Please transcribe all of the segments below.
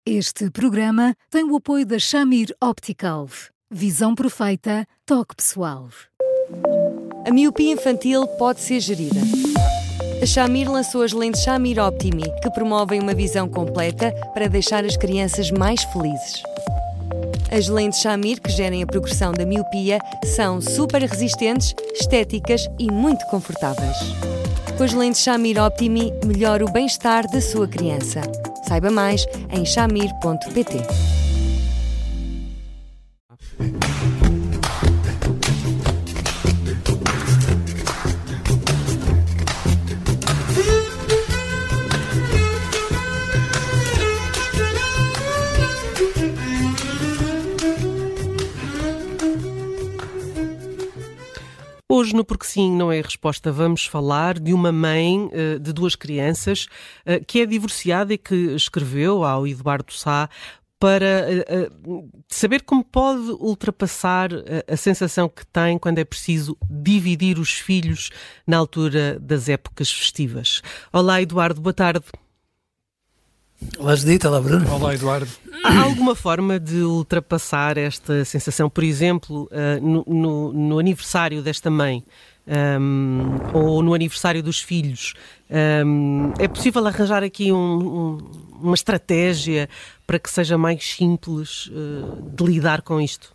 Este programa tem o apoio da Shamir Optical. Visão perfeita, toque pessoal. A miopia infantil pode ser gerida. A Shamir lançou as lentes Shamir Optimi, que promovem uma visão completa para deixar as crianças mais felizes. As lentes Shamir, que gerem a progressão da miopia, são super resistentes, estéticas e muito confortáveis. Com as lentes Shamir Optimi, melhora o bem-estar da sua criança. Saiba mais em shamir.pt. Hoje, no Porque Sim, Não É Resposta, vamos falar de uma mãe de duas crianças que é divorciada e que escreveu ao Eduardo Sá para saber como pode ultrapassar a sensação que tem quando é preciso dividir os filhos na altura das épocas festivas. Olá, Eduardo, boa tarde. Olá, Judita. Olá, Bruno. Olá, Eduardo. Há alguma forma de ultrapassar esta sensação? Por exemplo, no aniversário desta mãe ou no aniversário dos filhos, é possível arranjar aqui uma estratégia para que seja mais simples de lidar com isto?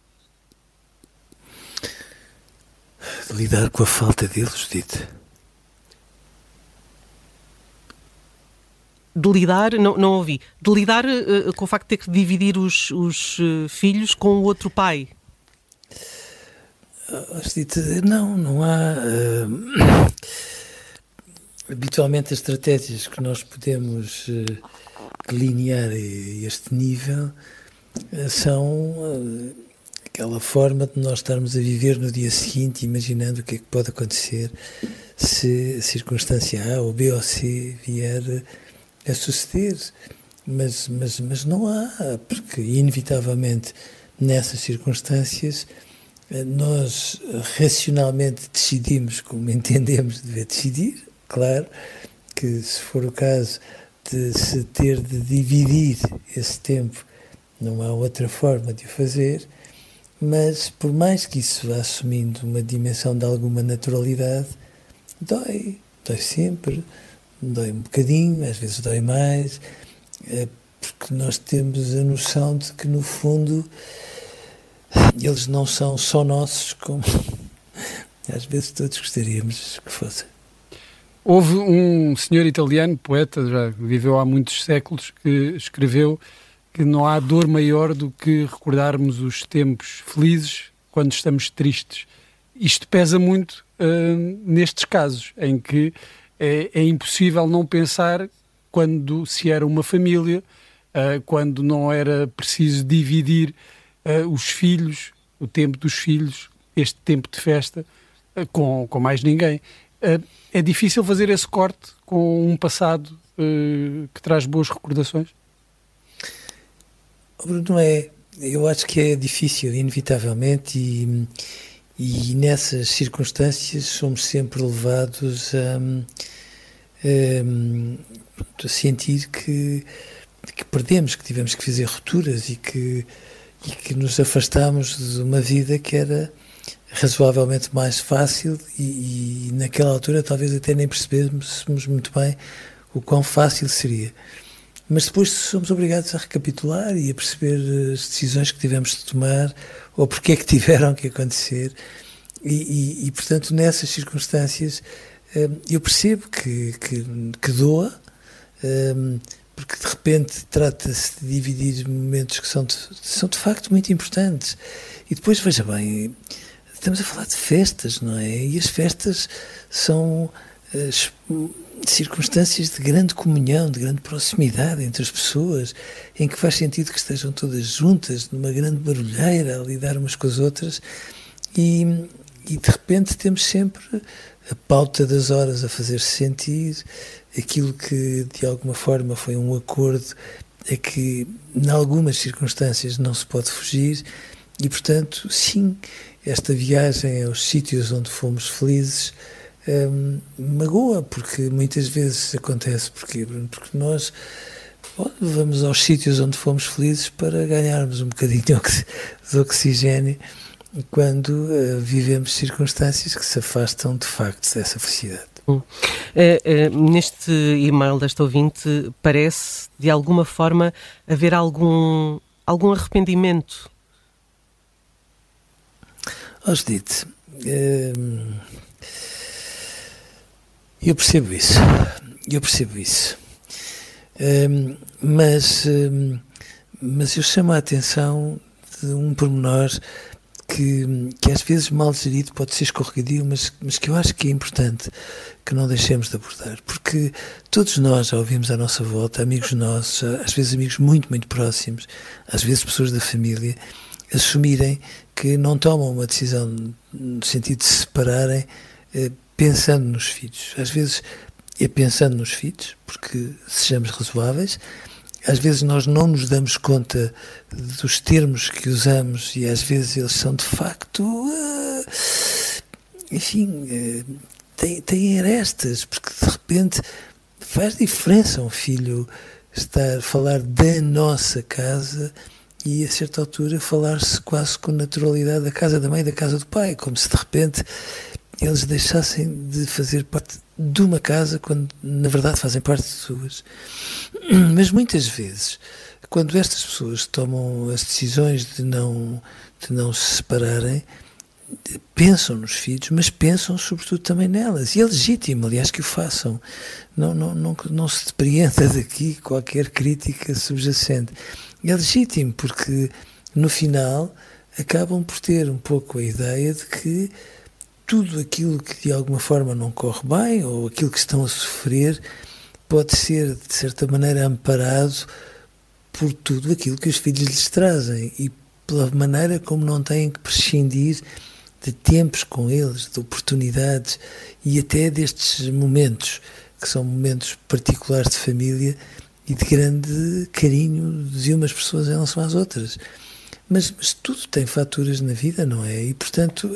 De lidar com a falta deles, Judita. De lidar, não ouvi, de lidar com o facto de ter que dividir os filhos com o outro pai. Não há. Habitualmente as estratégias que nós podemos delinear a este nível são aquela forma de nós estarmos a viver no dia seguinte, imaginando o que é que pode acontecer se a circunstância A ou B ou C vier a suceder, mas não há, porque inevitavelmente nessas circunstâncias nós racionalmente decidimos como entendemos dever decidir. Claro que se for o caso de se ter de dividir esse tempo, não há outra forma de o fazer, mas por mais que isso vá assumindo uma dimensão de alguma naturalidade, dói sempre. Dói um bocadinho, às vezes dói mais, porque nós temos a noção de que, no fundo, eles não são só nossos, como às vezes todos gostaríamos que fossem. Houve um senhor italiano, poeta, já viveu há muitos séculos, que escreveu que não há dor maior do que recordarmos os tempos felizes quando estamos tristes. Isto pesa muito nestes casos, em que é impossível não pensar quando se era uma família, quando não era preciso dividir os filhos, o tempo dos filhos, este tempo de festa, com mais ninguém. É difícil fazer esse corte com um passado que traz boas recordações? Não é. Eu acho que é difícil, inevitavelmente, e nessas circunstâncias somos sempre levados a sentir que perdemos, que tivemos que fazer rupturas e que nos afastamos de uma vida que era razoavelmente mais fácil e naquela altura talvez até nem percebêssemos muito bem o quão fácil seria. Mas depois somos obrigados a recapitular e a perceber as decisões que tivemos de tomar ou porque é que tiveram que acontecer e portanto, nessas circunstâncias eu percebo que doa, porque de repente trata-se de dividir momentos que são de facto muito importantes. E depois, veja bem, estamos a falar de festas, não é? E as festas são circunstâncias de grande comunhão, de grande proximidade entre as pessoas, em que faz sentido que estejam todas juntas, numa grande barulheira, a lidar umas com as outras, e de repente temos sempre a pauta das horas a fazer-se sentir, aquilo que de alguma forma foi um acordo a que em algumas circunstâncias não se pode fugir e portanto sim, esta viagem aos sítios onde fomos felizes magoa, porque muitas vezes acontece, porque nós Bom, vamos aos sítios onde fomos felizes para ganharmos um bocadinho de oxigênio quando vivemos circunstâncias que se afastam de facto dessa felicidade. Neste e-mail desta ouvinte parece, de alguma forma, haver algum arrependimento. Judite, eu percebo isso. Mas eu chamo a atenção de um pormenor que às vezes mal gerido pode ser escorregadio, mas que eu acho que é importante que não deixemos de abordar, porque todos nós já ouvimos à nossa volta amigos nossos, às vezes amigos muito, muito próximos, às vezes pessoas da família, assumirem que não tomam uma decisão no sentido de se separarem pensando nos filhos. Às vezes é pensando nos filhos, porque sejamos razoáveis, às vezes nós não nos damos conta dos termos que usamos e às vezes eles são de facto, têm arestas, porque de repente faz diferença um filho estar a falar da nossa casa e a certa altura falar-se quase com naturalidade da casa da mãe e da casa do pai, como se de repente eles deixassem de fazer parte de uma casa quando na verdade fazem parte de duas. Mas muitas vezes, quando estas pessoas tomam as decisões de não se separarem, pensam nos filhos, mas pensam sobretudo também nelas, e é legítimo, aliás, que o façam. Não se depreenda daqui qualquer crítica subjacente. É legítimo porque no final acabam por ter um pouco a ideia de que tudo aquilo que de alguma forma não corre bem ou aquilo que estão a sofrer pode ser de certa maneira amparado por tudo aquilo que os filhos lhes trazem e pela maneira como não têm que prescindir de tempos com eles, de oportunidades e até destes momentos que são momentos particulares de família e de grande carinho de umas pessoas em relação às outras. Mas tudo tem faturas na vida, não é? E portanto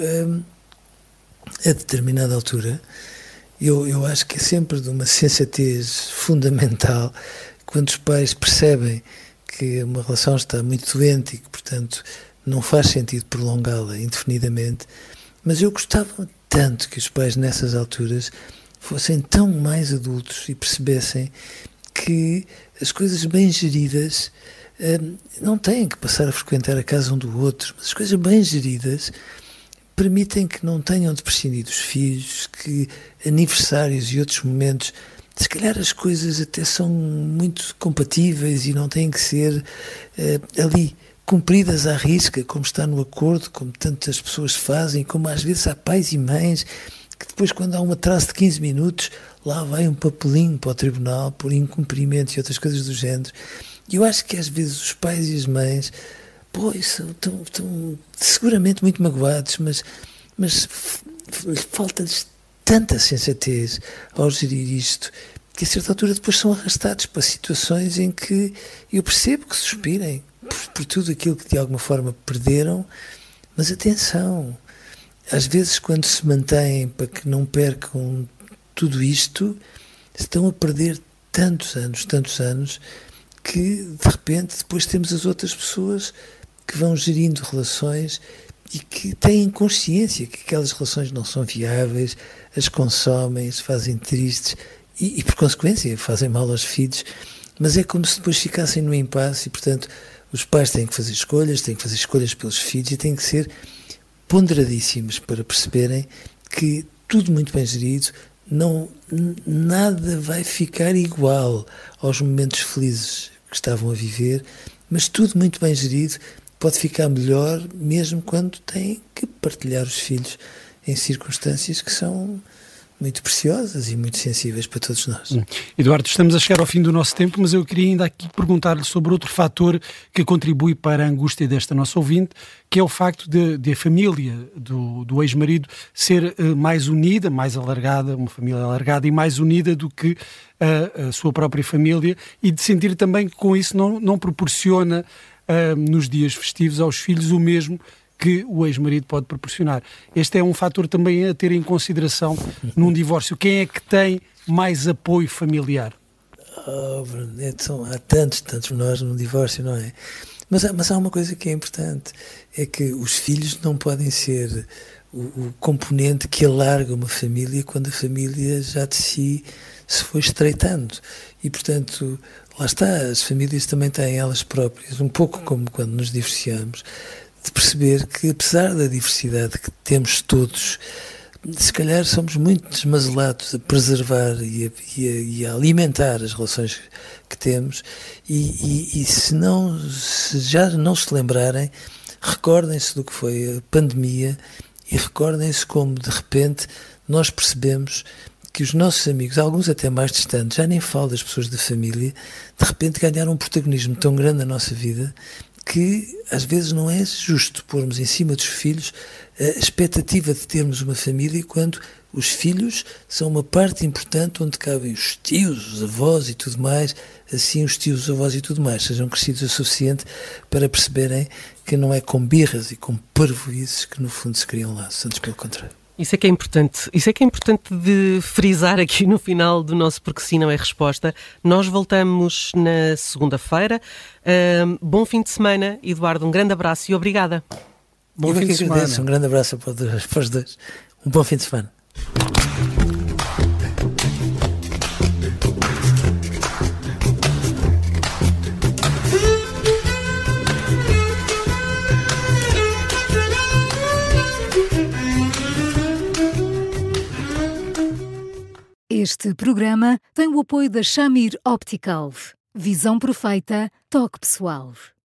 a determinada altura, eu acho que é sempre de uma sensatez fundamental quando os pais percebem que uma relação está muito doente e que, portanto, não faz sentido prolongá-la indefinidamente. Mas eu gostava tanto que os pais, nessas alturas, fossem tão mais adultos e percebessem que as coisas bem geridas não têm que passar a frequentar a casa um do outro, mas as coisas bem geridas permitem que não tenham de prescindir dos filhos, que aniversários e outros momentos, se calhar as coisas até são muito compatíveis e não têm que ser ali cumpridas à risca, como está no acordo, como tantas pessoas fazem, como às vezes há pais e mães que depois, quando há um atraso de 15 minutos, lá vai um papelinho para o tribunal por incumprimento e outras coisas do género. E eu acho que às vezes os pais e as mães estão seguramente muito magoados, mas falta-lhes tanta sensatez ao gerir isto, que a certa altura depois são arrastados para situações em que eu percebo que suspirem por tudo aquilo que de alguma forma perderam, mas atenção, às vezes quando se mantêm para que não percam tudo isto, estão a perder tantos anos, que de repente depois temos as outras pessoas que vão gerindo relações e que têm consciência que aquelas relações não são viáveis, as consomem, as fazem tristes e por consequência fazem mal aos filhos, mas é como se depois ficassem no impasse e, portanto, os pais têm que fazer escolhas pelos filhos e têm que ser ponderadíssimos para perceberem que tudo muito bem gerido, nada vai ficar igual aos momentos felizes que estavam a viver, mas tudo muito bem gerido pode ficar melhor mesmo quando têm que partilhar os filhos em circunstâncias que são muito preciosas e muito sensíveis para todos nós. Eduardo, estamos a chegar ao fim do nosso tempo, mas eu queria ainda aqui perguntar-lhe sobre outro fator que contribui para a angústia desta nossa ouvinte, que é o facto de a família do ex-marido ser mais unida, mais alargada, uma família alargada e mais unida do que a sua própria família, e de sentir também que com isso não proporciona nos dias festivos aos filhos o mesmo que o ex-marido pode proporcionar. Este é um fator também a ter em consideração num divórcio. Quem é que tem mais apoio familiar? Há tantos nós no divórcio, não é? Mas há uma coisa que é importante, é que os filhos não podem ser o componente que alarga uma família quando a família já de si se foi estreitando. E, portanto, lá está, as famílias também têm elas próprias, um pouco como quando nos divorciamos, de perceber que, apesar da diversidade que temos todos, se calhar somos muito desmazelados a preservar e a alimentar as relações que temos e se já não se lembrarem, recordem-se do que foi a pandemia e recordem-se como, de repente, nós percebemos que os nossos amigos, alguns até mais distantes, já nem falo das pessoas da família, de repente ganharam um protagonismo tão grande na nossa vida que às vezes não é justo pormos em cima dos filhos a expectativa de termos uma família quando os filhos são uma parte importante onde cabem os tios, os avós e tudo mais, assim os tios, os avós e tudo mais sejam crescidos o suficiente para perceberem que não é com birras e com parvoíces que no fundo se criam laços, antes pelo contrário. Isso é que é importante de frisar aqui no final do nosso Porque Sim Não É Resposta. Nós voltamos na segunda-feira. Bom fim de semana, Eduardo. Um grande abraço e obrigada. Bom fim de semana. Um grande abraço para os dois. Um bom fim de semana. Este programa tem o apoio da Shamir Optical. Visão perfeita, toque pessoal.